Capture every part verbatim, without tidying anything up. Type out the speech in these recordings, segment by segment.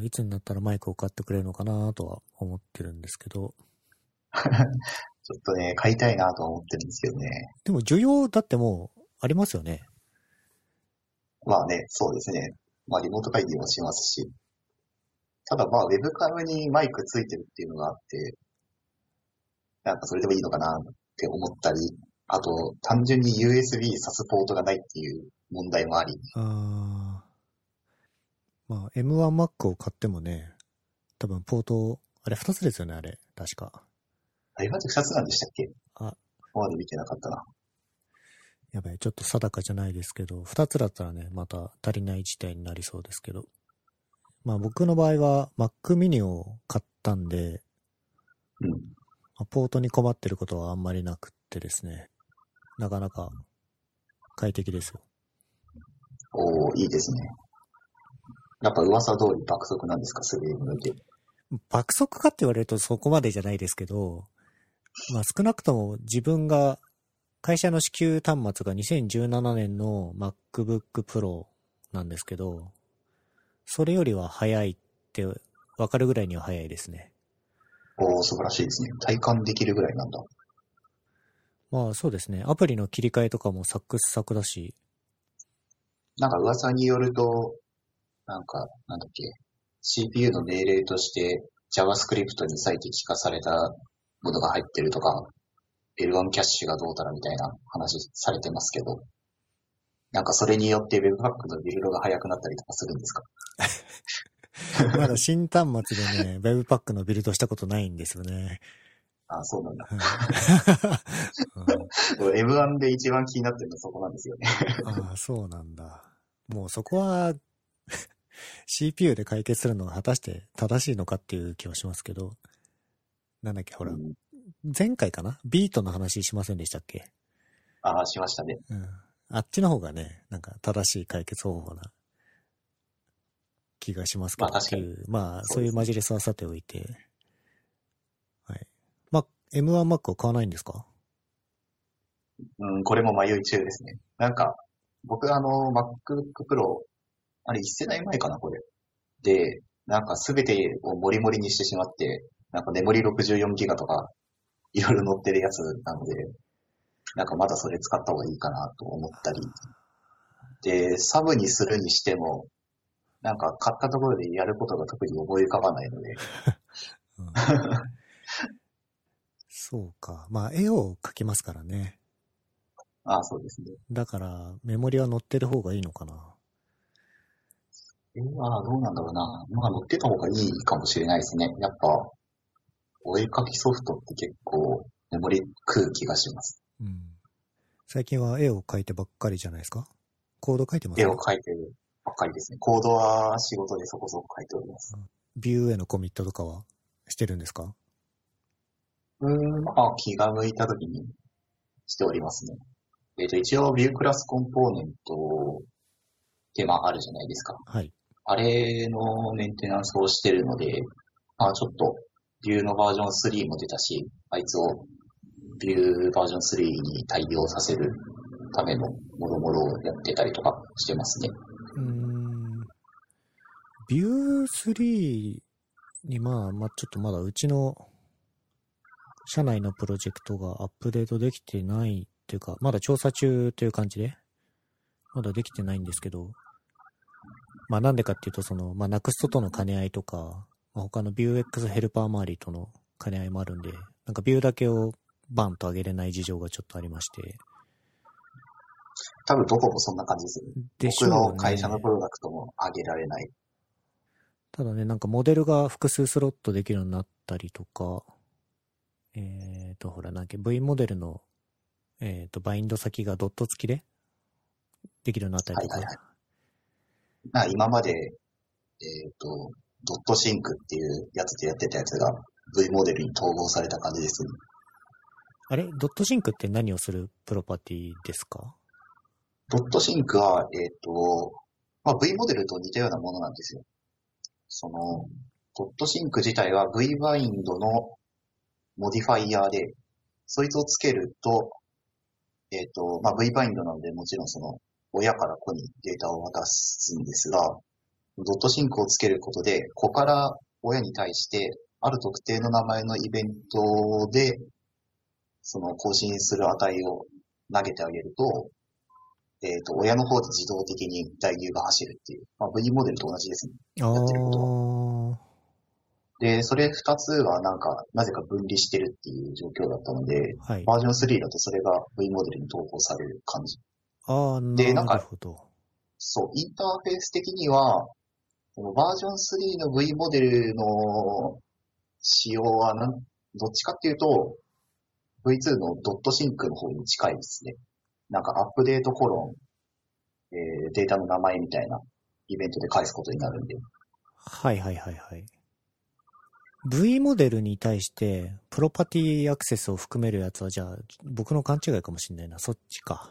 いつになったらマイクを買ってくれるのかなとは思ってるんですけど。 ちょっとね、買いたいなとは思ってるんですけどね。 でも需要だってもうありますよね。 まあね、そうですね。まあリモート会議もしますし。ただまあウェブカムにマイクついてるっていうのがあって、なんかそれでもいいのかなって思ったり、あと単純に ユーエスビー 挿すポートがないっていう問題もあり。 あー。まあ エムワンマック を買ってもね、多分ポート、あれふたつですよね、あれ。確か。 あれまずふたつなんでしたっけ？ あ、 ここまで見てなかったな。 やばい、ちょっと定かじゃないですけど、ふたつだったらね、また足りない事態になりそうですけど。まあ僕の場合は Mac mini を買ったんで、 うん。 まあポートに困ってることはあんまりなくってですね、なかなか快適ですよ。 おー、いいですね。やっぱ噂通り爆速なんですか、すぐに向いて。 爆速かって言われるとそこまでじゃないですけど、まあ少なくとも自分が会社の支給端末がにせんじゅうななねんの MacBook Pro なんですけど、それよりは早いってわかるぐらいには早いですね。 おー、素晴らしいですね。体感できるぐらいなんだ。 まあそうですね。アプリの切り替えとかもサクサクだし。 なんか噂によると、なんか、なんだっけ、シーピーユー の命令として JavaScript に最適化されたものが入ってるとか、エルワン キャッシュがどうたらみたいな話されてますけど、なんかそれによって Webpack のビルドが速くなったりとかするんですか？ まだ新端末でね、Webpack のビルドしたことないんですよね。 あ、そうなんだ。 うん、 エムワン で一番気になってるのはそこなんですよね。 ああ、そうなんだ。もうそこはシーピーユー で解決するのが果たして正しいのかっていう気はしますけど、なんだっけ、ほら、うん、前回かなビートの話しませんでしたっけ？ ああ、しましたね。 うん。あっちの方がね、なんか正しい解決方法な気がしますけど、 まあ確かに。 まあそういうマジレスはさておいて、はい。まあ、エムワンマック を買わないんですか？ うん、これも迷い中ですね。なんか、僕あの、MacBook Pro、あれいっ世代前かな、これ。で、なんかすべてをモリモリにしてしまって、なんかメモリろくじゅうよんギガとか、いろいろ載ってるやつなので、なんかまだそれ使った方がいいかなと思ったり。で、サブにするにしても、なんか買ったところでやることが特に思い浮かばないので。 うん、そうか。まあ絵を描きますからね。 ああ、そうですね。 だからメモリは載ってる方がいいのかな。 えああ、どうなんだろうな。まあ載ってた方がいいかもしれないですね。やっぱ、お絵描きソフトって結構メモリ食う気がします。 うん。最近は絵を描いてばっかりじゃないですか？コード描いてます？ 絵を描いてるばっかりですね。コードは仕事でそこそこ書いております。 ビューへのコミットとかはしてるんですか？ うーん、まあ気が向いた時にしておりますね。えっと、一応ビュークラスコンポーネントってまああるじゃないですか。 はい。 あれのメンテナンスをしてるので、まあちょっとビューのバージョンスリーも出たし、あいつをビューバージョンスリーに対応させるためのもろもろをやってたりとかしてますね。 うーん。ビュースリーにまあ、まあちょっとまだうちの社内のプロジェクトがアップデートできてないっていうか、まだ調査中という感じで、まだできてないんですけど、まあなんでかっていうと、その、まあ Next との兼ね合いとか、まあ、他の Vuex ヘルパー周りとの兼ね合いもあるんで、なんかビューだけをバンと上げれない事情がちょっとありまして。 多分どこもそんな感じですよね。 でしょうね。 僕の会社のプロダクトも上げられない。 ただね、なんかモデルが複数スロットできるようになったりとか、えっと、ほら、なんか V モデルの、えっと、バインド先がドット付きでできるようになったりとか。 はいはいはい。な今まで、えっと、ドットシンクっていうやつでやってたやつが V モデルに統合された感じですね。 あれドットシンクって何をするプロパティですか？ ドットシンクは、えっと、まあ、V モデルと似たようなものなんですよ。その、ドットシンク自体は V バインドのモディファイヤーで、そいつをつけると、えっと、まあ、V バインドなのでもちろんその、親から子にデータを渡すんですが、 ドットシンクをつけることで、子から親に対して、ある特定の名前のイベントで、その更新する値を投げてあげると、えっ、と、親の方で自動的に代入が走るっていう、まあ、V モデルと同じですね。 あやってることあ。 は。で、それ二つはなんか、なぜか分離してるっていう状況だったので、 はい。 バージョンスリーだとそれが V モデルに投稿される感じ。 ああ、 で、なんか、 なるほど。 そう、インターフェース的には、このバージョンスリーの V モデルの仕様はなん、どっちかっていうと、ブイツー のドットシンクの方に近いですね。なんかアップデートコロン、えー、データの名前みたいなイベントで返すことになるんで。 はいはいはいはい。V モデルに対して、プロパティアクセスを含めるやつは、じゃあ、僕の勘違いかもしれないな。そっちか。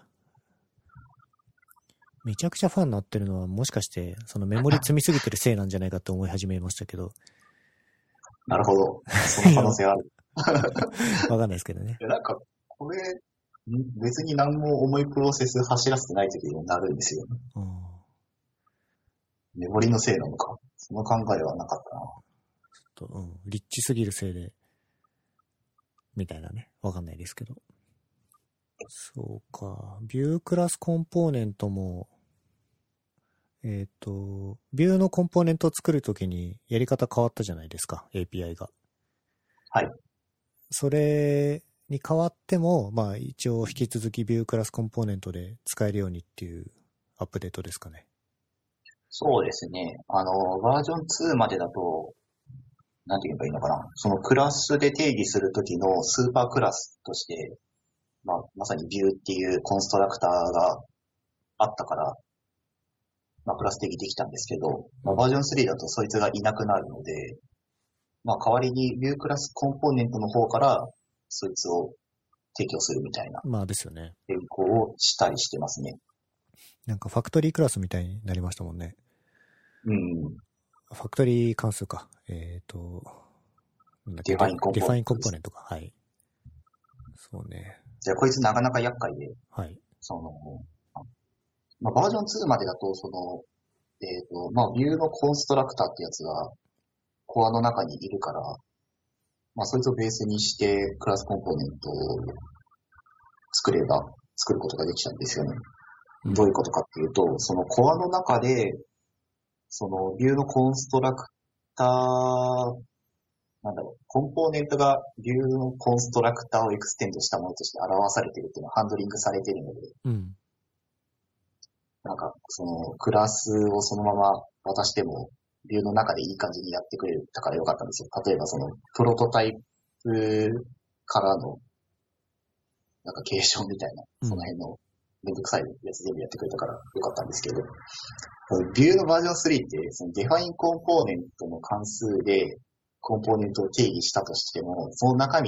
めちゃくちゃファンになってるのは、もしかして、そのメモリ積みすぎてるせいなんじゃないかと思い始めましたけど。 なるほど。その可能性ある。 わかんないですけどね。 いや、なんか、これ、別に何も重いプロセス走らせてない時にもなるんですよね。 うん、 メモリのせいなのか。その考えはなかったな。 ちょっと、うん、リッチすぎるせいで、みたいなね。わかんないですけど。そうか。ビュークラスコンポーネントも、えっと、ビューのコンポーネントを作るときにやり方変わったじゃないですか。エーピーアイ が。 はい。 それに変わっても、まあ一応引き続きビュークラスコンポーネントで使えるようにっていうアップデートですかね。 そうですね。あの、バージョンツーまでだと、なんて言えばいいのかな。そのクラスで定義するときのスーパークラスとして、まあ、まさにビューっていうコンストラクターがあったから、まあ、クラス定義できたんですけど、まあ、バージョンスリーだとそいつがいなくなるので、まあ、代わりにビュークラスコンポーネントの方から、そいつを提供するみたいな。 まあですよね。 変更をしたりしてますね。 なんかファクトリークラスみたいになりましたもんね。 うん。 ファクトリー関数か。えっと、なんだっけ、 ディファインコンポーネント。 ディファインコンポーネントか。はい。そうね。 じゃあこいつなかなか厄介で、 はい。 その、まあ、バージョンツーまでだと、その、えっ、と、まあ、ビューのコンストラクターってやつが、コアの中にいるから、まあ、そいつをベースにして、クラスコンポーネントを作れば、作ることができたんですよね。うん、どういうことかっていうと、そのコアの中で、そのビューのコンストラクター、なんだろう、コンポーネントがビューのコンストラクターをエクステンドしたものとして表されているっていうのはハンドリングされているので、 うん、なんか、その、クラスをそのまま渡しても、ビューの中でいい感じにやってくれたからよかったんですよ。例えばその、プロトタイプからの、なんか継承みたいな、その辺のめんどくさいやつ全部やってくれたからよかったんですけど、ビューのバージョンスリーって、そのデファインコンポーネントの関数で、コンポーネントを定義したとしても、その中身って、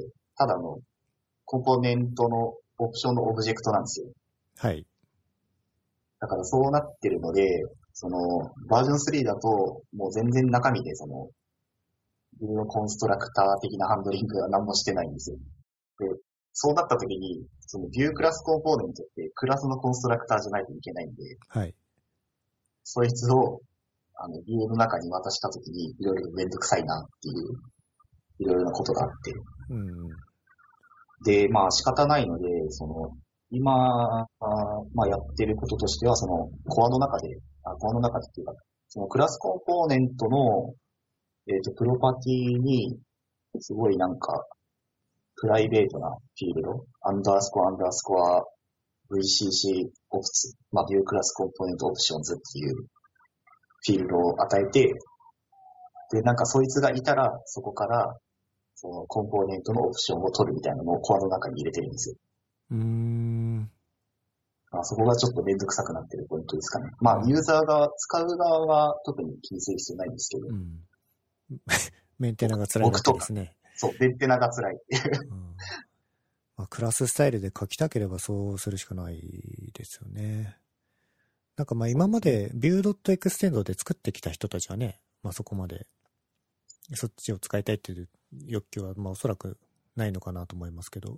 ただの、コンポーネントのオプションのオブジェクトなんですよ。 はい。 だからそうなってるので、その、バージョンスリーだと、もう全然中身でその、ビューのコンストラクター的なハンドリングは何もしてないんですよ。で、そうなった時に、そのビュークラスコンポーネントってクラスのコンストラクターじゃないといけないんで、 はい。 そいつを、あの、ビューの中に渡した時に、いろいろめんどくさいなっていう、いろいろなことがあって。 うん。 で、まあ仕方ないので、その、今、まあやってることとしては、その、コアの中で、あコアの中でっていうか、そのクラスコンポーネントの、えっと、プロパティに、すごいなんか、プライベートなフィールド、アンダースコアアンダースコア ブイシーシー オプツ、まあ、ビュークラスコンポーネントオプションズっていうフィールドを与えて、で、なんかそいつがいたら、そこから、そのコンポーネントのオプションを取るみたいなのをコアの中に入れてるんですよ。 うーん。 まあ、そこがちょっとめんどくさくなってるポイントですかね。まあ、ユーザーが、使う側は特に気にする必要ないんですけど。 うん。メンテナが辛いわけですね。 そう、メンテナが辛いっていう、 うんまあ。クラススタイルで書きたければそうするしかないですよね。なんかまあ今まで Vue.Extend で作ってきた人たちはね、まあそこまでそっちを使いたいっていう欲求はまあおそらくないのかなと思いますけど。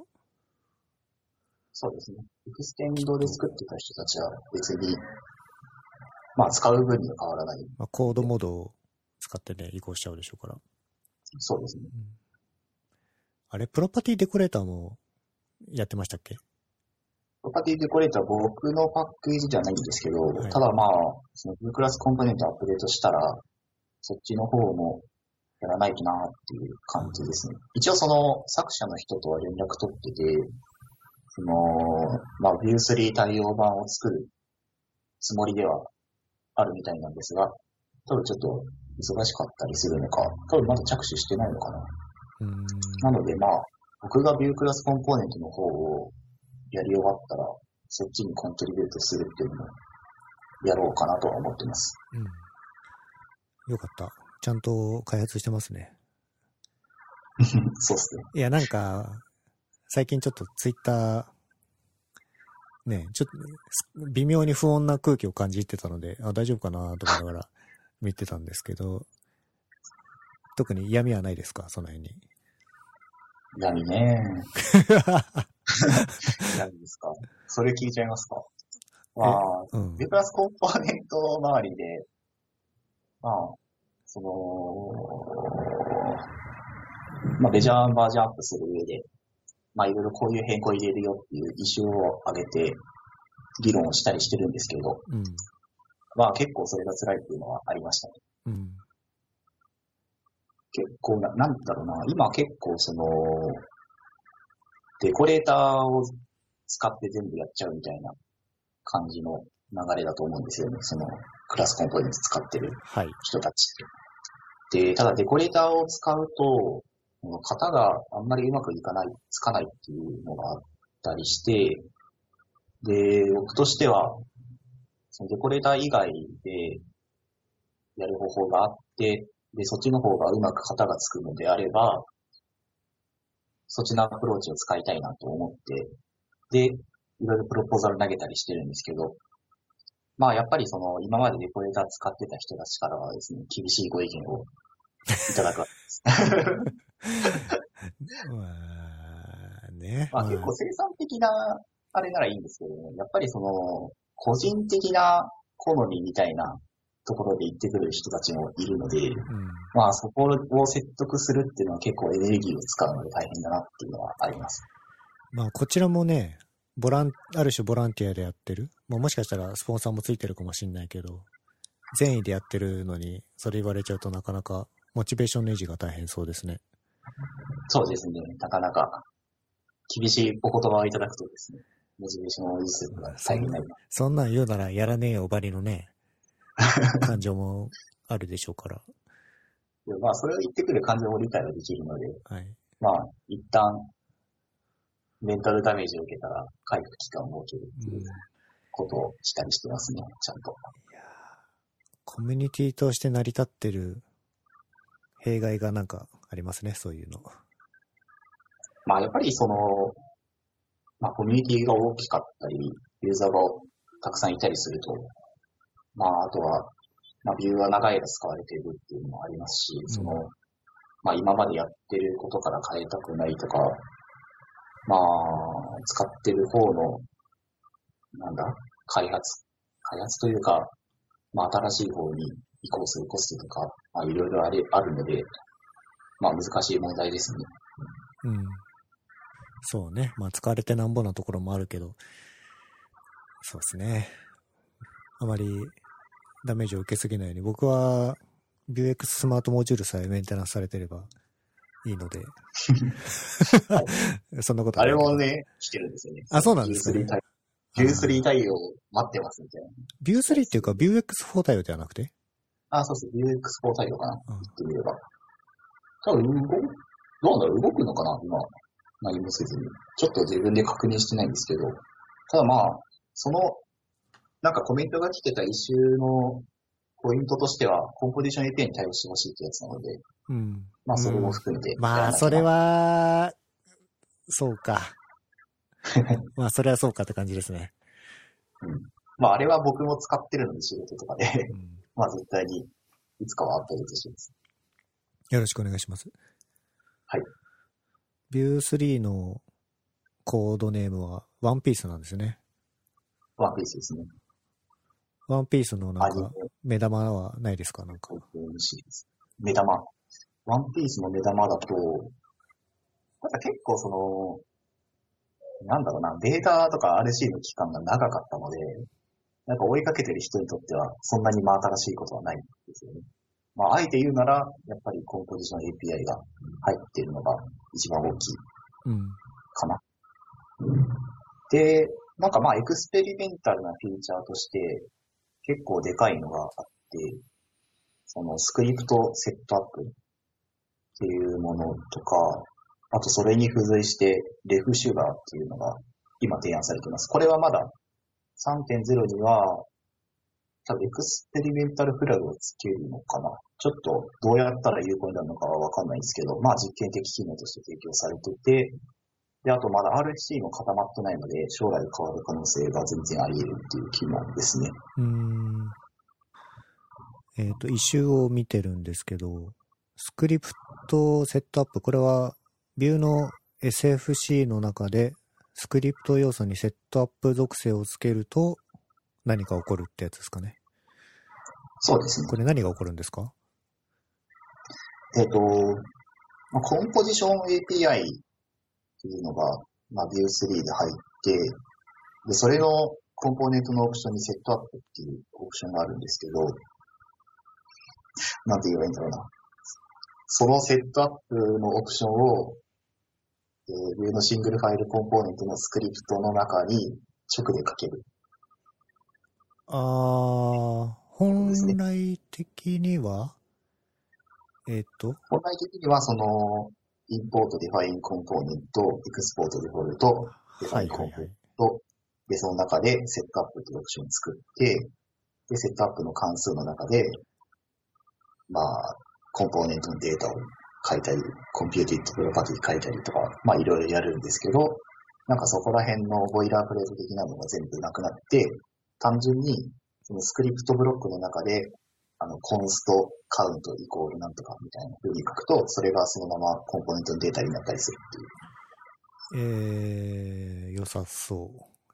そうですね。エクステンドで作ってた人たちは別にまあ使う分には変わらない。 まあ、コードモードを使ってね、移行しちゃうでしょうから。 そうですね。 うん、あれ、プロパティデコレーターもやってましたっけ？ プロパティデコレーターは僕のパッケージじゃないんですけど、 はい、 ただまあ、その Vue クラスコンポーネントアップデートしたら、そっちの方もやらないとなっていう感じですね。うん、一応その作者の人とは連絡取ってて、その、まあ Vue スリー 対応版を作るつもりではあるみたいなんですが、多分ちょっと忙しかったりするのか、多分まだ着手してないのかな。 うーんなのでまあ、僕が Vue クラスコンポーネントの方をやり終わったら、そっちにコントリビュートするっていうのもやろうかなとは思ってます。 うん。よかった。ちゃんと開発してますね。 そうっすね。 いや、なんか、最近ちょっとツイッター、ね、ちょっと微妙に不穏な空気を感じてたので、あ、大丈夫かなと思いながら見てたんですけど、特に嫌味はないですか、その辺に。 闇ね闇ですか。それ聞いちゃいますか。まあ、うん、Vue クラスコンポーネント周りで、まあ、その、まあ、ベジャーバージョンアップする上で、まあ、いろいろこういう変更入れるよっていうイシューを上げて、議論をしたりしてるんですけど、うん、まあ、結構それが辛いっていうのはありましたね。うん、結構な、なんだろうな、今結構その、デコレーターを使って全部やっちゃうみたいな感じの流れだと思うんですよね。その、クラスコンポーネント使ってる人たちって。はい、で、ただデコレーターを使うと、型があんまりうまくいかない、つかないっていうのがあったりして、で、僕としては、そのデコレーター以外でやる方法があって、で、そっちの方がうまく型がつくのであれば、そっちのアプローチを使いたいなと思って、で、いろいろプロポーザル投げたりしてるんですけど、まあやっぱりその今までデコレーター使ってた人たちからはですね、厳しいご意見をいただくわけです。 まあね。 まあ結構生産的なあれならいいんですけどね、やっぱりその個人的な好みみたいなところで言ってくる人たちもいるので、うん、まあそこを説得するっていうのは結構エネルギーを使うので大変だなっていうのはあります。 まあこちらもね、ボラン、ある種ボランティアでやってる。まあ、もしかしたらスポンサーもついてるかもしれないけど、善意でやってるのにそれ言われちゃうとなかなかモチベーションの維持が大変そうですね。 そうですね。なかなか厳しいお言葉をいただくとですね、モチベーションを維持するのが大変になります。 そんなん言うならやらねえよばりのね、感情もあるでしょうから。 まあそれを言ってくる感情も理解はできるので、 はい、 まあ一旦メンタルダメージを受けたら回復期間を設けるっていうことをしたりしてますね、ちゃんと。いやコミュニティとして成り立ってる弊害がなんかありますね、そういうの。 まあやっぱりその、まあコミュニティが大きかったり、ユーザーがたくさんいたりすると、まああとは、まあビューは長い間使われているっていうのもありますし、うん、その、まあ今までやってることから変えたくないとか、まあ、使ってる方の、なんだ、開発、開発というか、まあ新しい方に移行するコストとか、まあいろいろある、あるので、まあ難しい問題ですね。 うん。そうね。まあ使われてなんぼなところもあるけど、そうですね。あまりダメージを受けすぎないように、僕は Vuex スマートモジュールさえメンテナンスされてればいいので。そんなことあれもね、してるんですよね。 あ、そうなんですかね。 ビュースリー 対応待ってますみたいな。 ビュースリー っていうか ビューエックスフォー 対応ではなくて？ あ、そうです。ビューエックスフォー 対応かな。言ってみれば。多分、どうなんだろう動くのかな今。何もせずに。ちょっと自分で確認してないんですけど。ただまあ、その、なんかコメントが来てた一周のポイントとしては、コンポジション エーピーアイ に対応してほしいってやつなので、うん、まあそれも含めて、 うん。まあ、それは、そうか。まあ、それはそうかって感じですね。 うん。まあ、あれは僕も使ってるので仕事とかで、うん、まあ絶対にいつかはアップデートします。 よろしくお願いします。 はい。 ビュースリー のコードネームはワンピースなんですね。 ワンピースですね。 ワンピースのなんアニメか、目玉はないですかなんか。 シリーズ。目玉。ワンピースの目玉だと、なんか結構その、なんだろうな、データとか アールシー の期間が長かったので、なんか追いかけてる人にとっては、そんなに真新しいことはないんですよね。まあ、あえて言うなら、やっぱりコンポジション エーピーアイ が入っているのが一番大きいうん。 かな。で、なんかまあ、エクスペリメンタルなフィーチャーとして、結構でかいのがあって、そのスクリプトセットアップっていうものとか、あとそれに付随してレフシュガーっていうのが今提案されています。これはまだ さんてんゼロ には多分エクスペリメンタルフラグをつけるのかな。ちょっとどうやったら有効になるのかはわかんないんですけど、まあ実験的機能として提供されてて、で、あとまだ アールエフシー も固まってないので、将来変わる可能性が全然あり得るっていう機能ですね。 うーん。えっと、一周を見てるんですけど、スクリプトセットアップ、これは、ビューの エスエフシー の中で、スクリプト要素にセットアップ属性をつけると、何か起こるってやつですかね。 そうですね。 これ何が起こるんですか？ えっと、まあコンポジション エーピーアイ っていうのが、まあ、ビュースリーで入って、で、それのコンポーネントのオプションにセットアップっていうオプションがあるんですけど、なんて言えばいいんだろうな。そのセットアップのオプションを、えー、ビューのシングルファイルコンポーネントのスクリプトの中に直で書ける。 あー、本来的には、えっと、 本来的には、その、インポートデファインコンポーネント、エクスポートデフォルト、デファインコンポーネント、で、その中でセットアップというオプションを作って、で、セットアップの関数の中で、まあ、コンポーネントのデータを書いたり、コンピューティッドプロパティ書いたりとか、まあいろいろやるんですけど、なんかそこら辺のボイラープレート的なのが全部なくなって、単純にそのスクリプトブロックの中で、あの、コンストカウントイコールなんとかみたいな風に書くと、それがそのままコンポーネントのデータになったりするっていう。 えー、良さそう。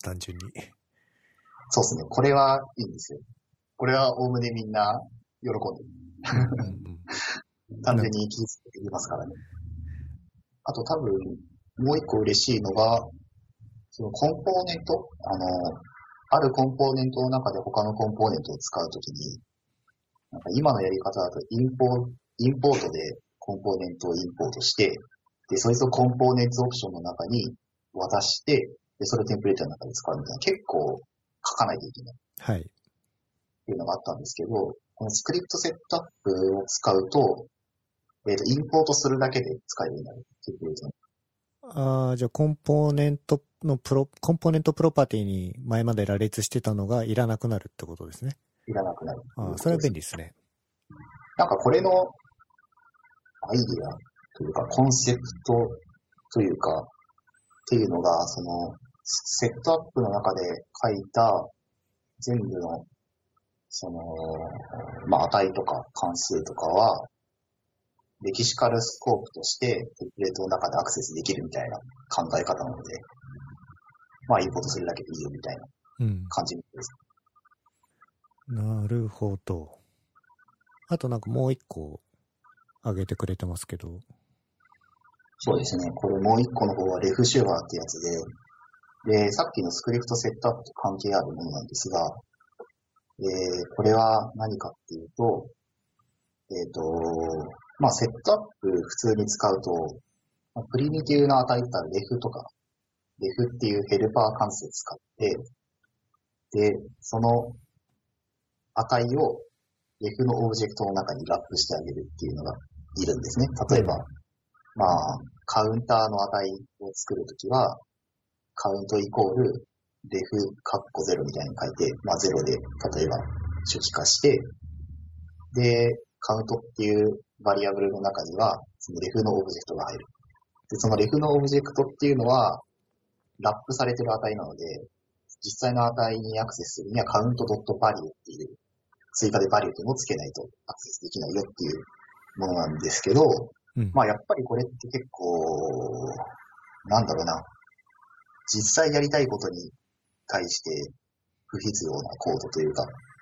単純に。 そうですね。これはいいんですよ。これはおおむねみんな喜んでる。 うんうん単純に気づいていますからね。あと多分、もう一個嬉しいのが、そのコンポーネント、あの、あるコンポーネントの中で他のコンポーネントを使うときに、なんか今のやり方だとインポー、インポートでコンポーネントをインポートして、で、そいつをコンポーネントオプションの中に渡して、で、それをテンプレートの中で使うみたいな、結構書かないといけない。 はい。 っていうのがあったんですけど、このスクリプトセットアップを使うと、えっと、インポートするだけで使えるようになる。テンプレートの。 ああ、じゃあコンポーネントのプロ、コンポーネントプロパティに前まで羅列してたのがいらなくなるってことですね。 いらなくなる。 ああ、それは便利ですね。 なんかこれのアイディアというかコンセプトというかっていうのが、そのセットアップの中で書いた全部のその、まあ、値とか関数とかはレキシカルスコープとしてテンプレートの中でアクセスできるみたいな考え方なので、まあインポートするだけでいいよみたいな感じです。 うん、なるほど。あとなんかもう一個挙げてくれてますけど。 そうですね。これもう一個の方はレフシュガーってやつで、で、さっきのスクリプトセットアップと関係あるものなんですが、えー、これは何かっていうと、えっと、まあ、セットアップ普通に使うと、まあ、プリミティブな値だったらレフとか、レフっていうヘルパー関数を使って、で、その値をレフのオブジェクトの中にラップしてあげるっていうのがいるんですね。例えば、まあ、カウンターの値を作るときは、カウントイコール、レフカッコゼロみたいに書いて、まあゼロで、例えば初期化して、で、カウントっていうバリアブルの中には、そのレフのオブジェクトが入る。で、そのレフのオブジェクトっていうのは、ラップされてる値なので、実際の値にアクセスするにはカウントドットバリューっていう、追加でバリューっていうのをつけないとアクセスできないよっていうものなんですけど、うん、まあやっぱりこれって結構、なんだろうな、実際やりたいことに対して不必要なコードというか、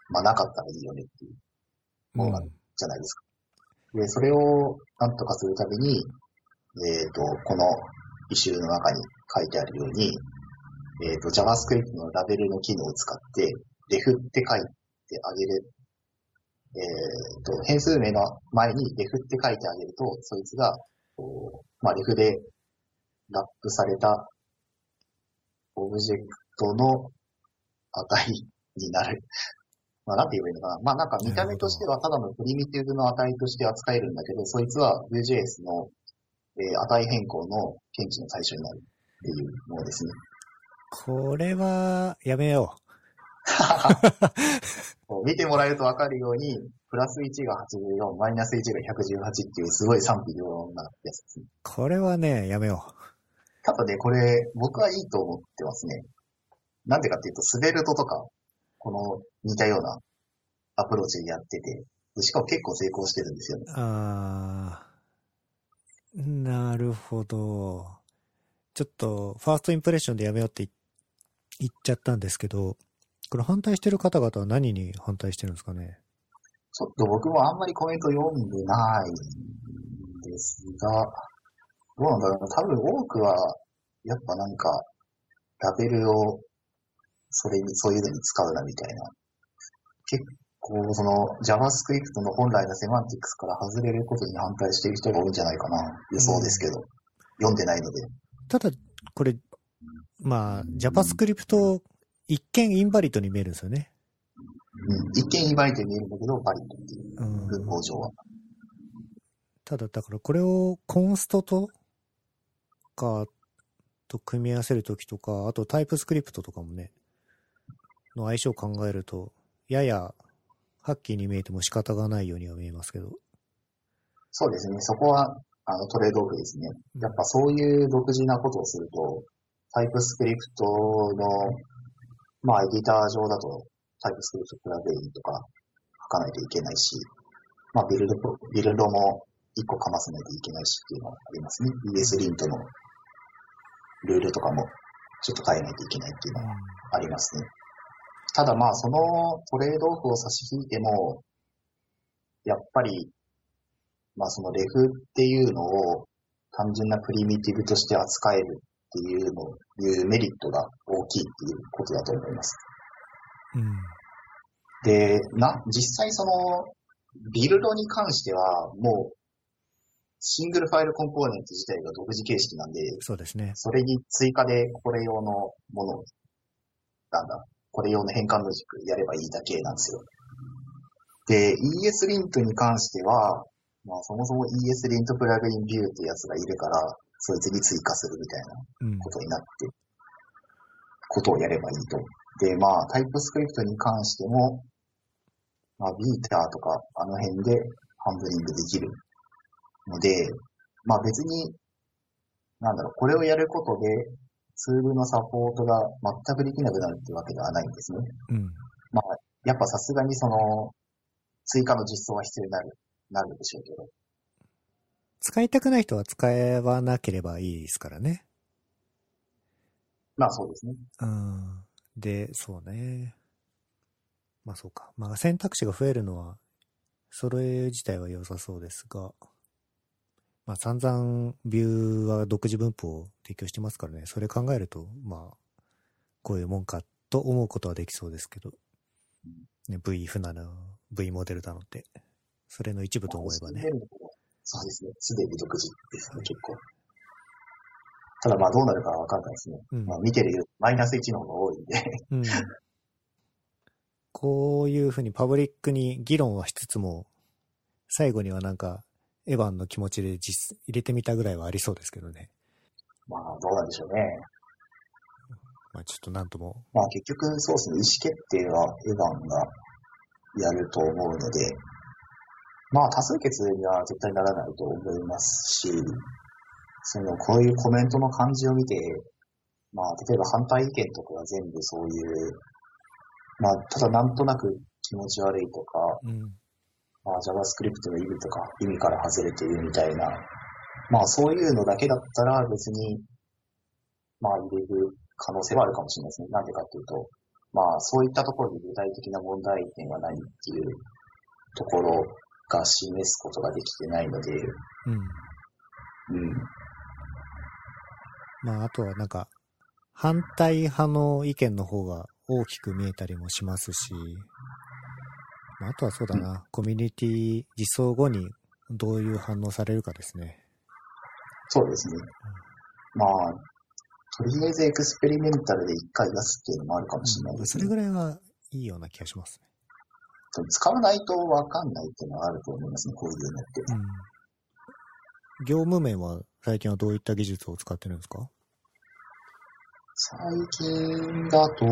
まあなかったらいいよねっていうものなんじゃないですか。うん、で、それをなんとかするために、えっと、このイシューの中に書いてあるように、えっと、JavaScript のラベルの機能を使って、レフって書いてあげる。えっと、変数名の前にレフって書いてあげると、そいつが、まあ、レフでラップされたオブジェクトの値になる。まあ、なんて言えばいいのかな。まあ、なんか見た目としてはただのプリミティブの値として扱えるんだけど、そいつは Vue.js の、えー、値変更の検知の対象になるっていうものですね。 これは、やめよう。見てもらえるとわかるように、プラスいちがはちじゅうよん、マイナスいちがひゃくじゅうはちっていうすごい賛否両論なやつですね。 これはね、やめよう。 ただね、これ、僕はいいと思ってますね。なんでかっていうと、スベルトとか、この似たようなアプローチでやってて、しかも結構成功してるんですよね。 あー、なるほど。ちょっと、ファーストインプレッションでやめようって言っちゃったんですけど、これ反対してる方々は何に反対してるんですかね？ ちょっと僕もあんまりコメント読んでないんですが、どうなんだろうな。多分多くは、やっぱなんか、ラベルを、それに、そういうのに使うなみたいな。結構、その、JavaScript の本来のセマンティクスから外れることに反対している人が多いんじゃないかな。予想ですけど。うん、読んでないので。 ただ、これ、まあ、JavaScript、一見インバリッドに見えるんですよね。 うん。一見インバリッドに見えるんだけど、バリッドっていう、文法上は。 ただ、だからこれをコンストとかと組み合わせるときとか、あとタイプスクリプトとかもね、の相性を考えると、ややハッキーに見えても仕方がないようには見えますけど。 そうですね。そこは、あの、トレードオフですね。やっぱそういう独自なことをすると、タイプスクリプトの、まあ、エディター上だと、タイプスクリプトプラグインとか書かないといけないし、まあ、ビルド、ビルドも一個かませないといけないしっていうのはありますね。イーエス リントのルールとかもちょっと変えないといけないっていうのはありますね。ただまあ、そのトレードオフを差し引いても、やっぱり、まあそのレフっていうのを単純なプリミティブとして扱えるっていうの、いうメリットが大きいっていうことだと思います。 うん、 で、な、実際そのビルドに関してはもうシングルファイルコンポーネント自体が独自形式なんで、 そうですね。 それに追加でこれ用のものを、なんだ、これ用の変換ロジックやればいいだけなんですよ。で、イーエス リントに関しては、まあそもそも イーエス リントプラグインビューってやつがいるから、そいつに追加するみたいなことになって、うん、ことをやればいいと。で、まあタイプスクリプトに関しても、まあビーターとかあの辺でハンドリングできるので、まあ別に、なんだろう、これをやることで、ツールのサポートが全くできなくなるってわけではないんですね。 うん、 まあ、やっぱさすがにその、追加の実装は必要になる、なるでしょうけど。 使いたくない人は使わなければいいですからね。 まあそうですね。 うん。で、そうね。まあそうか。まあ選択肢が増えるのは、それ自体は良さそうですが、まあ散々ビューは独自分布を提供してますからね。それ考えると、まあ、こういうもんかと思うことはできそうですけど、ね、ブイ 船の V モデルなので、それの一部と思えばね。 そうですね。すでに独自ですね、結構。ただまあどうなるかはわかんないですね。うん、まあ見てるよりマイナスいちの方が多いんで、うん。 こういうふうにパブリックに議論はしつつも、最後にはなんか、エヴァンの気持ちで実入れてみたぐらいはありそうですけどね。 まあどうなんでしょうね。 まあちょっとなんとも。 まあ結局そうですね、意思決定はエヴァンがやると思うので、まあ多数決には絶対ならないと思いますし、そのこういうコメントの感じを見て、まあ例えば反対意見とかは全部そういう、まあただなんとなく気持ち悪いとか、うん、まあ JavaScript の意味とか意味から外れているみたいな、まあそういうのだけだったら別に、まあ入れる可能性はあるかもしれないですね。なんでかっていうと、 まあそういったところで具体的な問題点は何っていうところが示すことができてないので、 うん。 うん。 まあ、あとはなんか、反対派の意見の方が大きく見えたりもしますし、まあ、あとはそうだな、うん、コミュニティ実装後にどういう反応されるかですね。 そうですね。うん、まあ、とりあえずエクスペリメンタルで一回出すっていうのもあるかもしれないですね。 うん、それぐらいはいいような気がしますね。 使わないとわかんないっていうのはあると思いますね、こういうのって。 うん、業務面は最近はどういった技術を使ってるんですか？ 最近だと、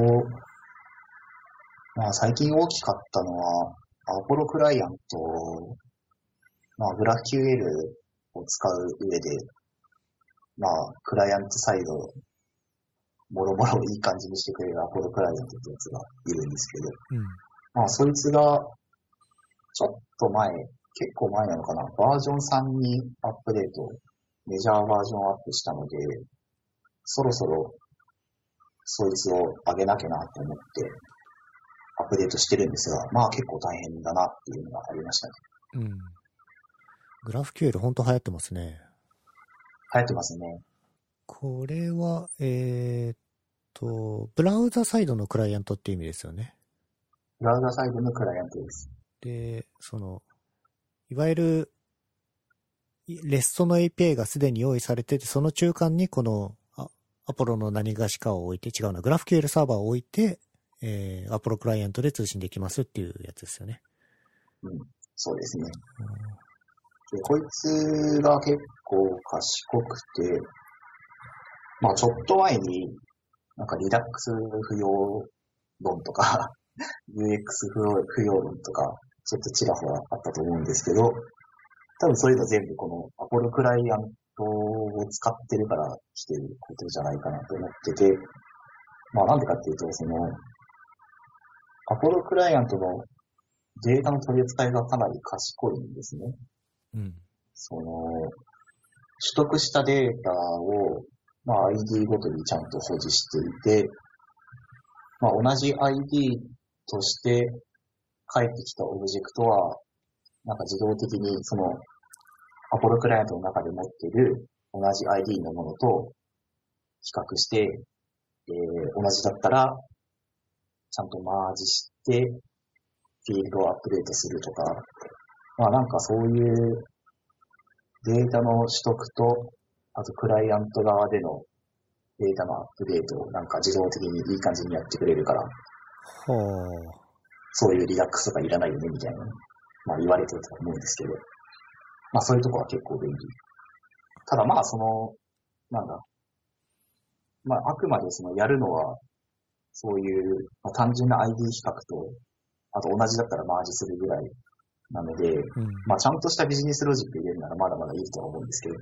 まあ最近大きかったのは、アポロクライアント、まあグラフ キューエル を使う上で、まあクライアントサイド、もろもろいい感じにしてくれるアポロクライアントってやつがいるんですけど、 うん、 まあそいつが、ちょっと前、結構前なのかな、バージョンさんにアップデート、メジャーバージョンアップしたので、そろそろそいつを上げなきゃなと思ってアップデートしてるんですが、まあ結構大変だなっていうのがありましたね。 うん。グラフ キューエル 本当流行ってますね。 流行ってますね。 これは、えー、っと、ブラウザサイドのクライアントっていう意味ですよね。 ブラウザサイドのクライアントです。 で、その、いわゆる、レストの エーピーアイ がすでに用意されてて、その中間にこのアポロの何がしかを置いて、違うな、グラフ キューエル サーバーを置いて、えー、アポロクライアントで通信できますっていうやつですよね。 うん、そうですね。うん、でこいつが結構賢くて、まあちょっと前に、なんかリダックス不要論とか、ユーエックス 不要不要論とか、ちょっとちらほらあったと思うんですけど、多分そういうの全部このアポロクライアントを使ってるから来てることじゃないかなと思ってて、まあなんでかっていうと、その、アポロクライアントのデータの取り扱いがかなり賢いんですね。 うん。 その、取得したデータを、まあ アイディー ごとにちゃんと保持していて、まあ同じ アイディー として返ってきたオブジェクトは、なんか自動的にそのアポロクライアントの中で持っている同じ アイディー のものと比較して、えー、同じだったらちゃんとマージしてフィールドをアップデートするとか、まあなんかそういうデータの取得と、あとクライアント側でのデータのアップデートをなんか自動的にいい感じにやってくれるから、 はあ、 そういうリダックスとかいらないよねみたいな、まあ言われてると思うんですけど、まあそういうところは結構便利。ただまあその、なんだ、まああくまでそのやるのは、そういう、まあ、単純な アイディー 比較と、あと同じだったらマージするぐらいなので、うん、まあちゃんとしたビジネスロジック入れるならまだまだいいとは思うんですけど。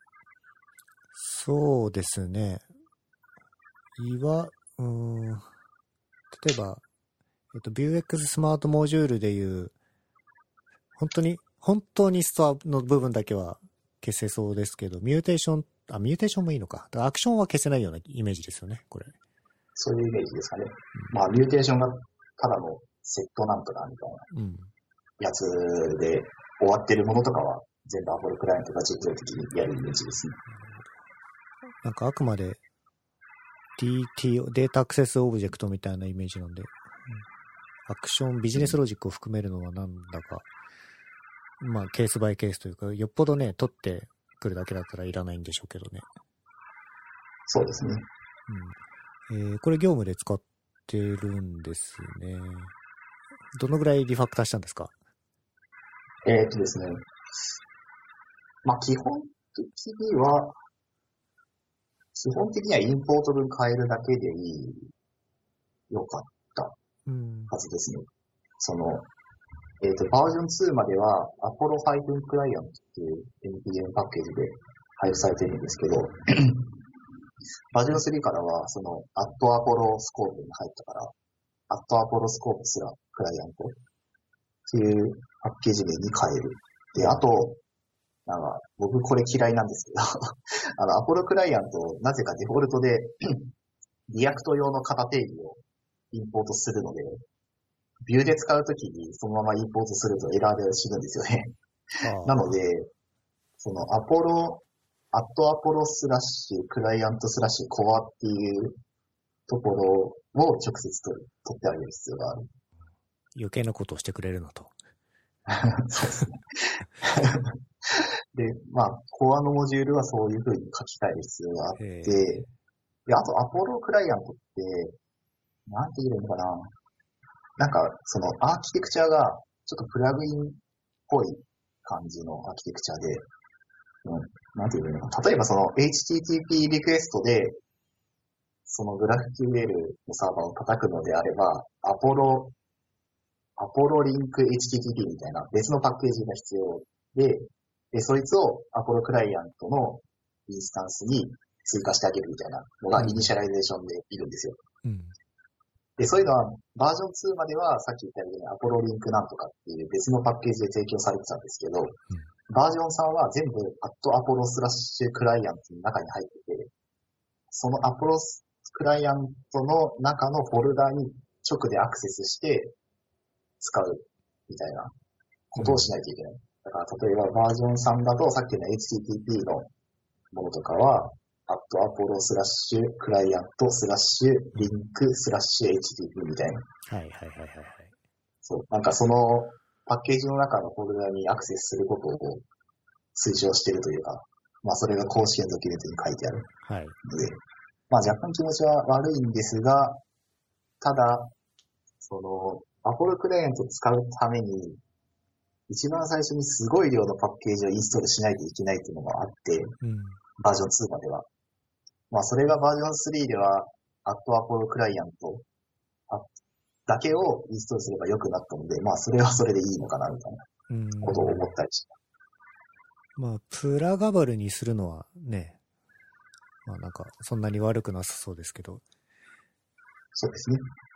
そうですね。いわ、うーん、例えば、えっと、Vuex スマートモジュールでいう、本当に、本当にストアの部分だけは消せそうですけど、ミューテーション、あ、ミューテーションもいいのか。だからアクションは消せないようなイメージですよね、これ。 そういうイメージですかね。うん、まあ、ミューテーションがただのセットなんとかみたいなやつで終わってるものとかは全部アポロクライアントが自動的にやるイメージですね。 なんかあくまで ディーティー、データアクセスオブジェクトみたいなイメージなんで、うん、アクション、ビジネスロジックを含めるのはなんだか、うん、まあケースバイケースというか、よっぽどね、取ってくるだけだったらいらないんでしょうけどね。 そうですね。 うん。えー、これ業務で使ってるんですね。どのぐらいリファクターしたんですか？ えーっとですね。まあ基本的には、基本的にはインポート分変えるだけでいい、よかったはずですね。うん、その、えーっと、バージョンツーまでは Apollo-Client っていう エヌピーエム パッケージで配布されてるんですけど、バージョンスリーからは、その、アットアポロスコープに入ったから、アットアポロスコープすらクライアントっていうパッケージ名に変える。で、あと、なんか、僕これ嫌いなんですけど、あの、アポロクライアント、なぜかデフォルトで、リアクト用の型定義をインポートするので、ビューで使うときにそのままインポートするとエラーで死ぬんですよね。なので、そのアポロ、アットアポロスラッシュ、クライアントスラッシュ、コアっていうところを直接取る、取ってあげる必要がある。 余計なことをしてくれるのと。 そうですね。で、まあ、コアのモジュールはそういう風に書き換える必要があって、で、あとアポロクライアントって、なんて言えばいいのかな。なんか、そのアーキテクチャがちょっとプラグインっぽい感じのアーキテクチャで、うん、なんて言えばいいのかな。例えばその エイチティーティーピー リクエストで、そのグラフ キューエル のサーバーを叩くのであれば、アポロ、アポロリンク エイチティーティーピー みたいな別のパッケージが必要で、で、そいつをアポロクライアントのインスタンスに追加してあげるみたいなのがイニシャライゼーションでいるんですよ。 うん、 で、そういうのはバージョンツーまではさっき言ったようにアポロリンクなんとかっていう別のパッケージで提供されてたんですけど、うん、バージョンスリーは全部アットアポロスラッシュクライアントの中に入ってて、そのアポロクライアントの中のフォルダに直でアクセスして使うみたいなことをしないといけない。うん、だから例えばバージョンスリーだとさっきの エイチティーティーピー のものとかは、アットアポロスラッシュクライアントスラッシュリンクスラッシュ エイチティーピー みたいな。 はいはいはいはい。 そう。なんかそのパッケージの中のフォルダにアクセスすることを推奨しているというか、まあそれが公式のドキュメントに書いてある。 はい。 で、まあ若干気持ちは悪いんですが、ただ、その、アポロクライアントを使うために、一番最初にすごい量のパッケージをインストールしないといけないっていうのがあって、うん、バージョンツーまでは。まあそれがバージョンスリーでは、アットアポロクライアントだけをインストールすれば良くなったので、まあそれはそれでいいのかなみたいなことを思ったりした。 まあ、プラガバルにするのはね、まあなんかそんなに悪くなさそうですけど。 そうですね。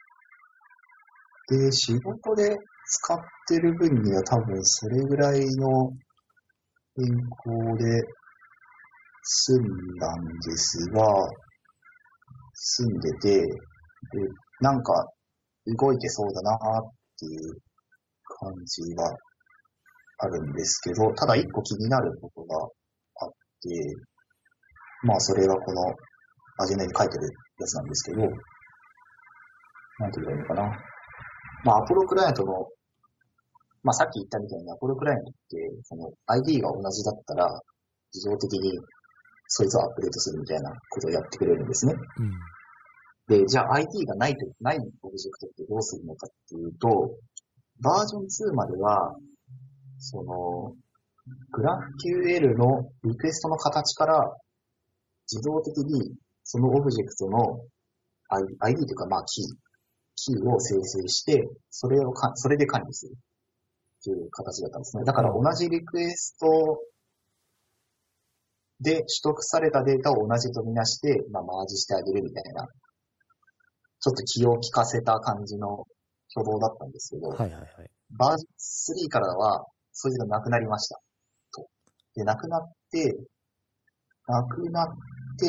で、仕事で使ってる分には多分それぐらいの変更で済んだんですが、済んでて、で、なんか動いてそうだなっていう感じがあるんですけど、ただ一個気になることがあって、まあそれがこのアジェンダに書いてるやつなんですけど、なんて言えばいいのかな。まあアポロクライアントの、まあさっき言ったみたいにアポロクライアントって、その アイディー が同じだったら自動的にそいつをアップデートするみたいなことをやってくれるんですね。うん、で、じゃあ アイディー がないと、ないオブジェクトってどうするのかっていうと、バージョンツーまでは、その、グラフ キューエル のリクエストの形から自動的にそのオブジェクトの アイディー というかまあキー、キーを生成して、それをか、それで管理するっていう形だったんですね。だから同じリクエストで取得されたデータを同じとみなして、まあマージしてあげるみたいな、ちょっと気を利かせた感じの挙動だったんですけど、 はいはいはい、 バージョンスリーからは、それがなくなりました。と。で、なくなって、なくなって、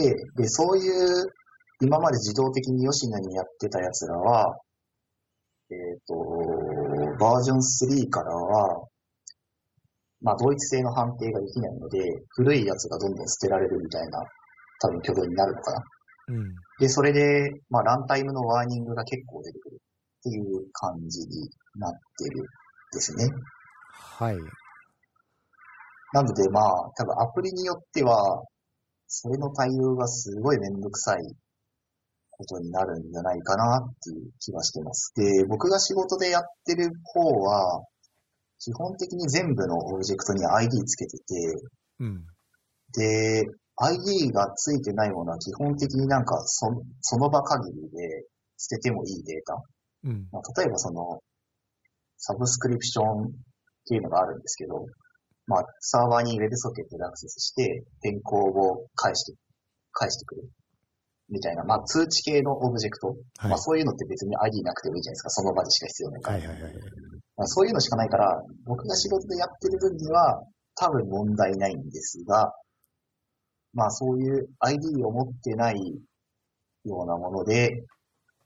で、そういう、今まで自動的に吉野にやってた奴らは、えっと、バージョンスリーからは、まあ、同一性の判定ができないので、古いやつがどんどん捨てられるみたいな、多分挙動になるのかな。うん。で、それで、まあ、ランタイムのワーニングが結構出てくるっていう感じになってるですね。 はい。 なので、まあ、多分アプリによっては、それの対応がすごいめんどくさいことになるんじゃないかなっていう気がしてます。で、僕が仕事でやってる方は、基本的に全部のオブジェクトに アイディー つけてて、うん、で、アイディー がついてないものは基本的になんかそ、その場限りで捨ててもいいデータ。うんまあ、例えばその、サブスクリプションっていうのがあるんですけど、まあ、サーバーに WebSocket でアクセスして、変更を返して、返してくる。みたいな、まあ、通知系のオブジェクト。はい、まあ、そういうのって別に アイディー なくてもいいじゃないですか。その場でしか必要ないから。はいはいはいまあ、そういうのしかないから、僕が仕事でやってる分には、多分問題ないんですが、まあ、そういう アイディー を持ってないようなもので、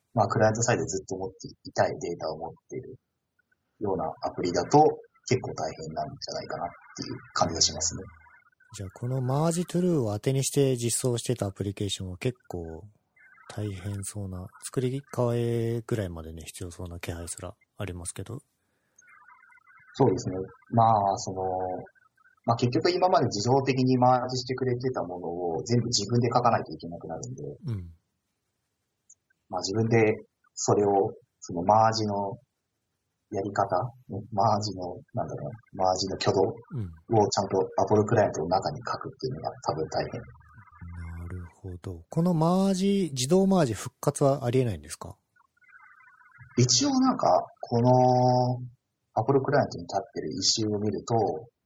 まあ、クライアントサイドでずっと持っていたいデータを持っているようなアプリだと結構大変なんじゃないかなっていう感じがしますね。 じゃあこのマージトゥルーを当てにして実装してたアプリケーションは結構大変そうな、作り替えぐらいまでね必要そうな気配すらありますけど。 そうですね。まあ、その、まあ結局今まで自動的にマージしてくれてたものを全部自分で書かないといけなくなるんで、 うん。 まあ自分でそれを、そのマージのやり方、マージの、なんだろうな、マージの挙動をちゃんとアポロクライアントの中に書くっていうのが多分大変。 なるほど。このマージ、自動マージ復活はありえないんですか？ 一応なんか、このアポロクライアントに立ってるイシューを見ると、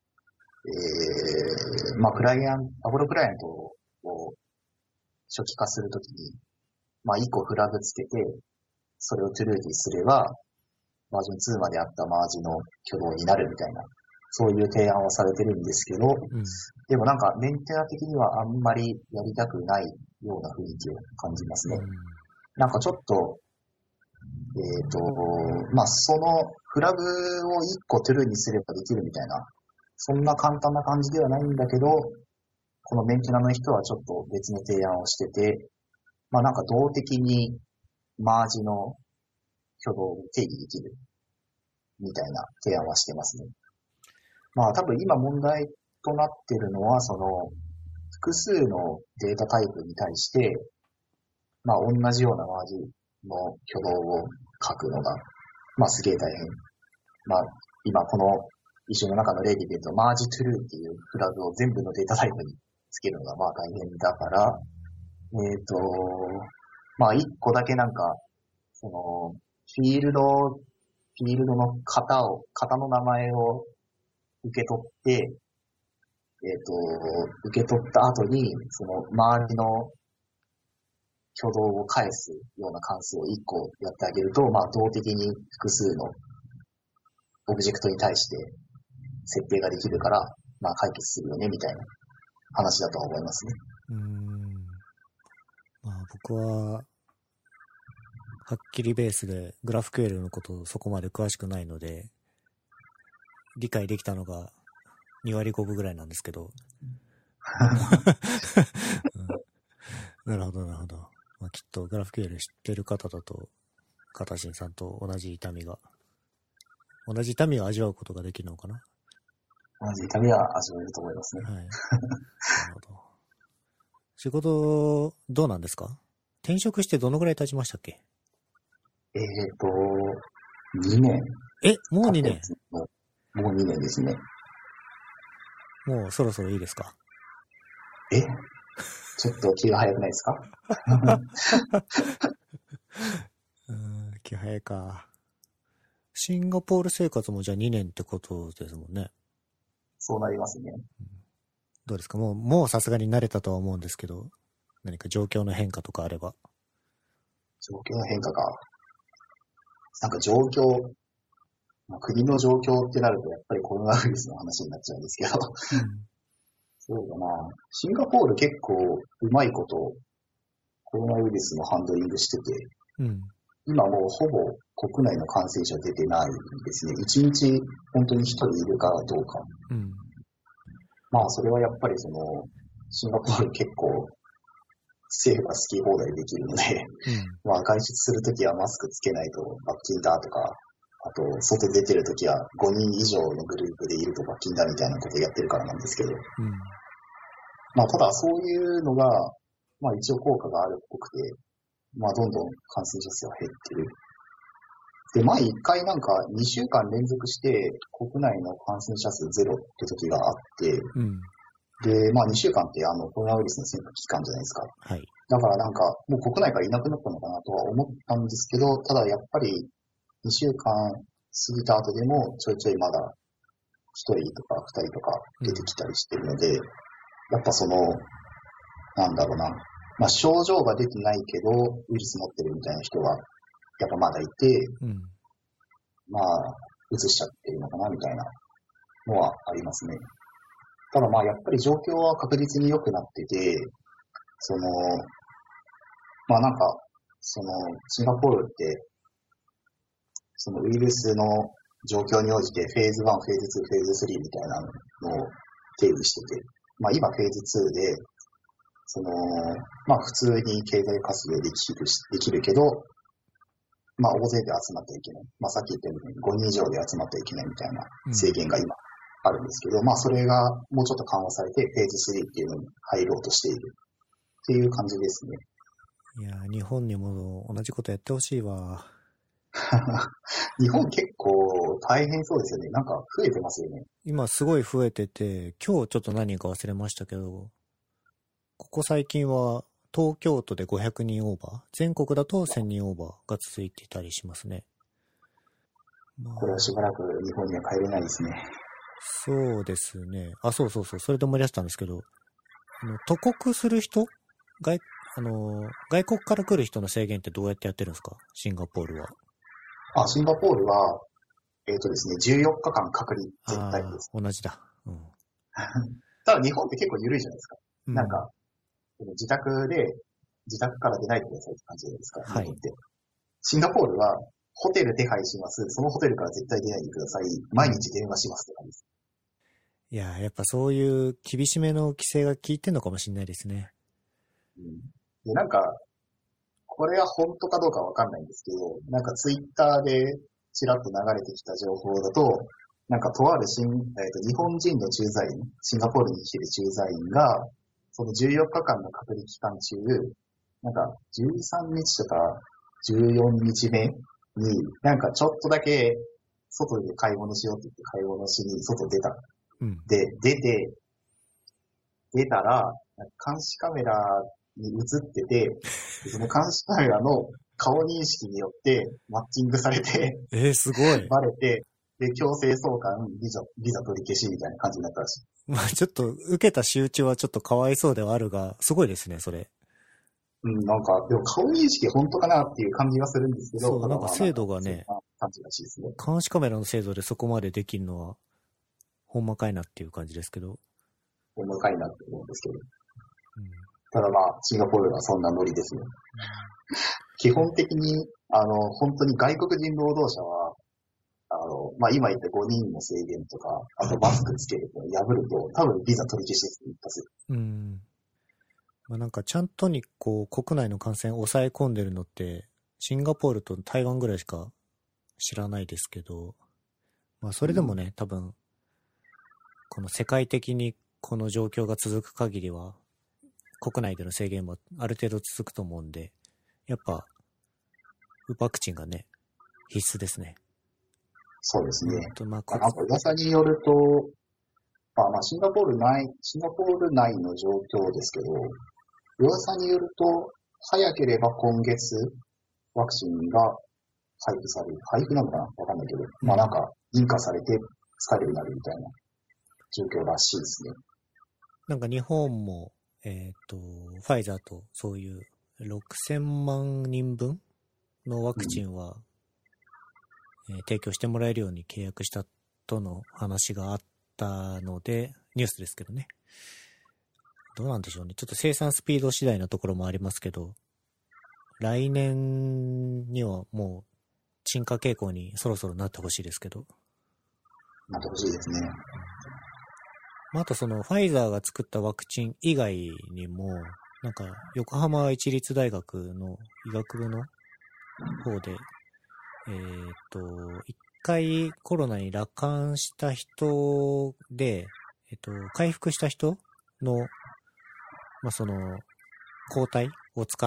えー、まあクライアント、アポロクライアントを初期化するときに、まあ一個フラグつけて、それをトゥルーにすれば、バージョンツーまであったマージの挙動になるみたいな、そういう提案をされてるんですけど、うん、でもなんかメンテナ的にはあんまりやりたくないような雰囲気を感じますね。うん、なんかちょっと、えっと、まあそのフラグを一個トゥルーにすればできるみたいな、そんな簡単な感じではないんだけど、このメンテナの人はちょっと別の提案をしてて、まあなんか動的にマージの挙動を定義できるみたいな提案はしてますね。まあ多分今問題となっているのは、その複数のデータタイプに対して、まあ同じようなマージの挙動を書くのが、まあすげえ大変。まあ今この一緒の中の例で言うと、マージトゥルーっていうフラグを全部のデータタイプにつけるのがまあ大変だから、えっと、まあ一個だけなんか、その、フィールド、フィールドの型を、型の名前を受け取って、えっと、受け取った後に、その周りの挙動を返すような関数をいっこやってあげると、まあ動的に複数のオブジェクトに対して設定ができるから、まあ解決するよね、みたいな話だと思いますね。 うーん。まあ僕は、はっきりベースでグラフ クエル のことそこまで詳しくないので、理解できたのがに割ごぶぐらいなんですけど。うん、なるほど、なるほど。まあ、きっとグラフ クエル 知ってる方だと、カタシンさんと同じ痛みが、同じ痛みを味わうことができるのかな？ 同じ痛みは味わえると思いますね。はい。なるほど。仕事、どうなんですか？転職してどのぐらい経ちましたっけ？ えっと、にねん。 え、もうにねん？ もうにねんですね。 もうそろそろいいですか？ えちょっと気が早くないですか？ うーん、気早いか。シンガポール生活もじゃあにねんってことですもんね。 そうなりますね。 うん、どうですか？もう、もうさすがに慣れたとは思うんですけど、何か状況の変化とかあれば。 状況の変化か。なんか状況、まあ、国の状況ってなるとやっぱりコロナウイルスの話になっちゃうんですけど、うん、そうだな。シンガポール結構うまいことコロナウイルスのハンドリングしてて、うん、今もうほぼ国内の感染者出てないですね。一日本当に一人いるかどうか。うん、まあそれはやっぱりそのシンガポール結構政府が好き放題できるので、うん、まあ外出するときはマスクつけないと罰金だとか、あと外出てるときはごにん以上のグループでいると罰金だみたいなことをやってるからなんですけど、うん、まあただそういうのが、まあ一応効果があるっぽくて、まあどんどん感染者数は減ってる。で、前一回なんかにしゅうかん連続して国内の感染者数ゼロって時があって、うん、で、まあにしゅうかんってあのコロナウイルスの潜伏期間じゃないですか。はい。だからなんかもう国内からいなくなったのかなとは思ったんですけど、ただやっぱりにしゅうかん過ぎた後でもちょいちょいまだひとりとかふたりとか出てきたりしてるので、うん、やっぱその、なんだろうな、まあ症状が出てないけどウイルス持ってるみたいな人がやっぱまだいて、うん、まあ移しちゃってるのかなみたいなのはありますね。ただまあやっぱり状況は確実に良くなってて、その、まあなんかその、シンガポールって、そのウイルスの状況に応じてフェーズワン、フェーズツー、フェーズスリーみたいなのを定義してて、まあ今フェーズツーで、その、まあ普通に経済活動できるし、できるけど、まあ大勢で集まってはいけない。まあさっき言ったようにごにん以上で集まってはいけないみたいな制限が今あるんですけど、うん、まあそれがもうちょっと緩和されてフェーズスリーっていうのに入ろうとしているっていう感じですね。 いやー、日本にも同じことやってほしいわ。 日本結構大変そうですよね。なんか増えてますよね。 今すごい増えてて、今日ちょっと何人か忘れましたけど、ここ最近は東京都でごひゃくにんオーバー、全国だとせんにんオーバーが続いていたりしますね。 まあ、これはしばらく日本には帰れないですね。 そうですね。あ、そうそうそう。それで思い出したんですけど、あの渡国する人外、あの、外国から来る人の制限ってどうやってやってるんですか？シンガポールは。 あ、シンガポールは、えっとですね、じゅうよっかかん隔離絶対です。 同じだ。うん。 ただ日本って結構緩いじゃないですか。 うん、 なんか、自宅で、自宅から出ないでくださいって感じじゃないですか。 はい。 シンガポールは、ホテル手配します。そのホテルから絶対出ないでください。毎日電話しますって感じです。 いや、やっぱそういう厳しめの規制が効いてんのかもしれないですね。 うん。で、なんか、これは本当かどうかわかんないんですけど、なんかツイッターでちらっと流れてきた情報だと、なんかとある新、えーと、日本人の駐在員、シンガポールに来てる駐在員が、そのじゅうよっかかんの隔離期間中、なんかじゅうさんにちとかじゅうよっかめに、なんかちょっとだけ外で買い物しようって言って買い物しに外出た。 うん、 で、出て、出たら、監視カメラに映ってて、その監視カメラの顔認識によってマッチングされて、 えー、すごい。 バレて、で、強制送還、ビザ、ビザ取り消しみたいな感じになったらしい。 まあちょっと、受けた仕打ちはちょっとかわいそうではあるが、すごいですね、それ。 うん、なんか、でも顔認識本当かなっていう感じがするんですけど、 そう、なんか精度がね、 感じらしいですね。 監視カメラの精度でそこまでできるのは、ほんまかいなっていう感じですけど。 ほんまかいなって思うんですけど。うん、ただまあ、シンガポールはそんなノリですね。うん、基本的に、あの、本当に外国人労働者は、あの、まあ、今言ったごにんの制限とか、あとマスクつけると破ると、多分ビザ取り消しです一発。 うん。まあ、なんかちゃんとにこう国内の感染を抑え込んでるのって、シンガポールと台湾ぐらいしか知らないですけど、まあそれでもね、うん、多分、この世界的にこの状況が続く限りは、国内での制限もある程度続くと思うんで、やっぱ、ワクチンがね、必須ですね。 そうですね。 うん、まあ、なんか噂によると、まあ、まあシンガポール内、シンガポール内の状況ですけど、噂によると、早ければ今月、ワクチンが配布される。配布なのかなわかんないけど、うん、まあなんか、認可されて使えるようになるみたいな状況らしいですね。 なんか日本も、えっと、ファイザーとそういうろくせんまんにんぶんのワクチンは、うんえー、提供してもらえるように契約したとの話があったので、ニュースですけどね。どうなんでしょうね。ちょっと生産スピード次第のところもありますけど、来年にはもう沈下傾向にそろそろなってほしいですけど。 なってほしいですね。 まあ、あとそのファイザーが作ったワクチン以外にも、なんか横浜市立大学の医学部の方で、えー、っと、一回コロナに罹患した人で、えっと、回復した人の、まあ、その、抗体を使って、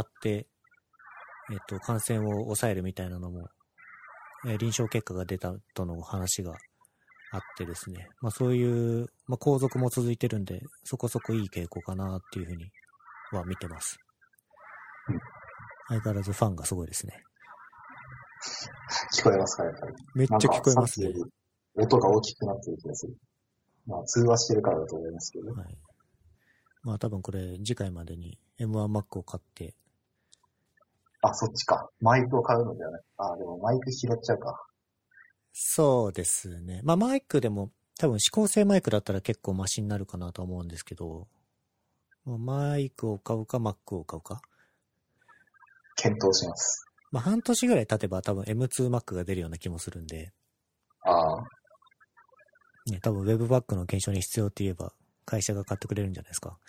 えっと、感染を抑えるみたいなのも、えー、臨床結果が出たとの話があってですね。まあそういう、まあ後続も続いてるんで、そこそこいい傾向かなっていうふうには見てます。うん、相変わらずファンがすごいですね。 聞こえますか、やっぱり。 めっちゃ聞こえますね。 音が大きくなってる気がする。まあ通話してるからだと思いますけど。はい。 まあ多分これ次回までに エムワンマック を買って。 あ、そっちか。マイクを買うのではない。あ、でもマイク拾っちゃうか。 そうですね。まあマイクでも多分指向性マイクだったら結構マシになるかなと思うんですけど、マイクを買うか Mac を買うか。 検討します。 まあ、半年ぐらい経てば多分 エムツー Mac が出るような気もするんで。 ああ。 ね、多分 Webpack の検証に必要って言えば会社が買ってくれるんじゃないですか。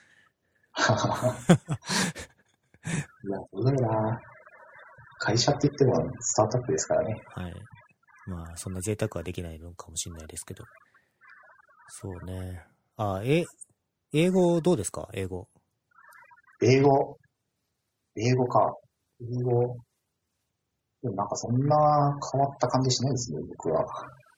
いや、すごいな。会社って言ってもスタートアップですからね。 はい。まあ、そんな贅沢はできないのかもしれないですけど。そうね。あ、え、英語どうですか？英語。 英語。英語か。英語。でもなんかそんな変わった感じしないですね、僕は。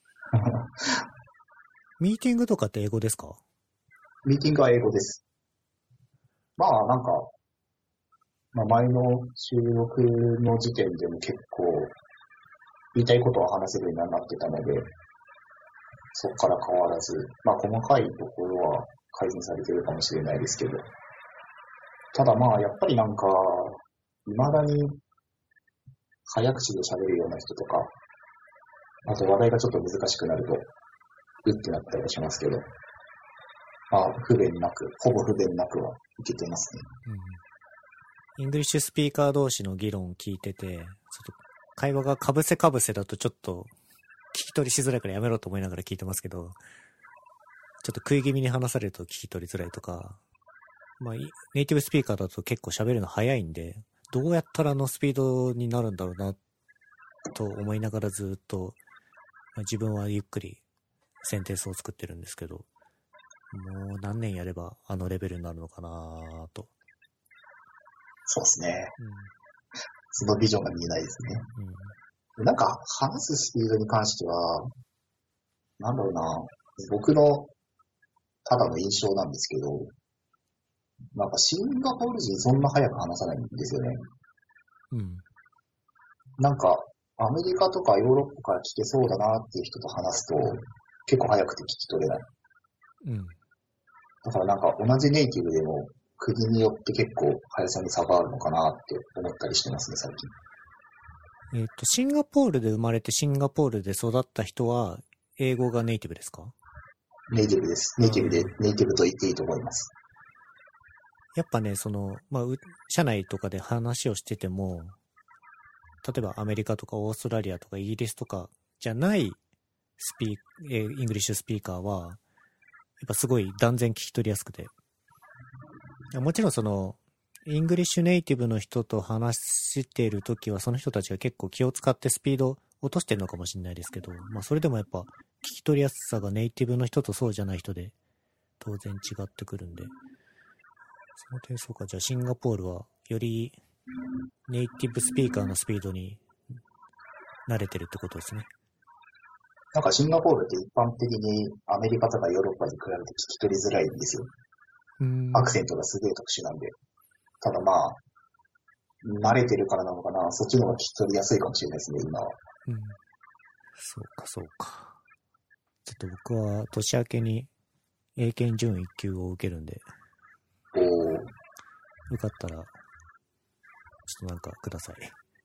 ミーティングとかって英語ですか？ ミーティングは英語です。まあなんか、まあ、前の収録の時点でも結構言いたいことは話せるようになってたので、そこから変わらず、まあ細かいところは改善されてるかもしれないですけど、ただまあやっぱりなんか、未だに早口で喋るような人とか、あと話題がちょっと難しくなると、うってなったりしますけど、まあ不便なく、ほぼ不便なくはいけてますね。 うん。イングリッシュスピーカー同士の議論を聞いてて、ちょっと会話がかぶせかぶせだとちょっと聞き取りしづらいからやめろと思いながら聞いてますけど、ちょっと食い気味に話されると聞き取りづらいとか、まあネイティブスピーカーだと結構喋るの早いんで、どうやったらあのスピードになるんだろうなと思いながらずっと、まあ、自分はゆっくりセンテンスを作ってるんですけど、もう何年やればあのレベルになるのかなと。 そうですね。 うん、 そのビジョンが見えないですね。 うん、 なんか話すスピードに関しては、なんだろうな、僕のただの印象なんですけど、なんかシンガポール人そんな早く話さないんですよね。 うん。 なんかアメリカとかヨーロッパから聞けそうだなっていう人と話すと結構早くて聞き取れない。 うん。 だからなんか同じネイティブでも国によって結構速さに差があるのかなって思ったりしてますね、最近。えっと、シンガポールで生まれてシンガポールで育った人は英語がネイティブですか？ ネイティブです。ネイティブで、ネイティブと言っていいと思います。 やっぱね、その、まあ、社内とかで話をしてても、例えばアメリカとかオーストラリアとかイギリスとかじゃないスピー、えー、イングリッシュスピーカーは、やっぱすごい断然聞き取りやすくて。もちろんその、イングリッシュネイティブの人と話しているときは、その人たちが結構気を使ってスピード落としてるのかもしれないですけど、まあそれでもやっぱ聞き取りやすさがネイティブの人とそうじゃない人で当然違ってくるんで、その点そうか、じゃあシンガポールはよりネイティブスピーカーのスピードに慣れてるってことですね。 なんかシンガポールって一般的にアメリカとかヨーロッパに比べて聞き取りづらいんですよ。 うーん。 アクセントがすげえ特殊なんで。ただまあ、慣れてるからなのかな、そっちの方が聞き取りやすいかもしれないですね、今は。 うん。そうか、そうか。ちょっと僕は年明けに英検準いっ級を受けるんで、 おー。 受かったら、ちょっとなんかください。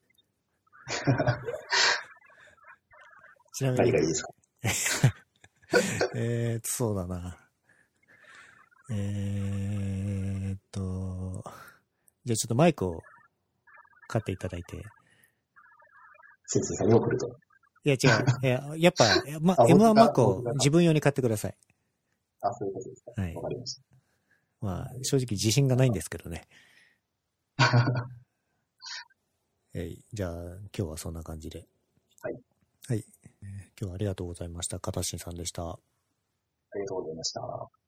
ちなみに。 何がいいですか？ えーっと、そうだな。えーっと、じゃあちょっとマイクを買っていただいて。 先生さんに送ると。 いや違う。いや、やっぱ、ま、エムワン マックを自分用に買ってください。 あ、そういうことですか。はい。わかりました。 まあ、正直自信がないんですけどね。えい、じゃあ、今日はそんな感じで。 はい。 はい。えー、今日はありがとうございました。片新さんでした。 ありがとうございました。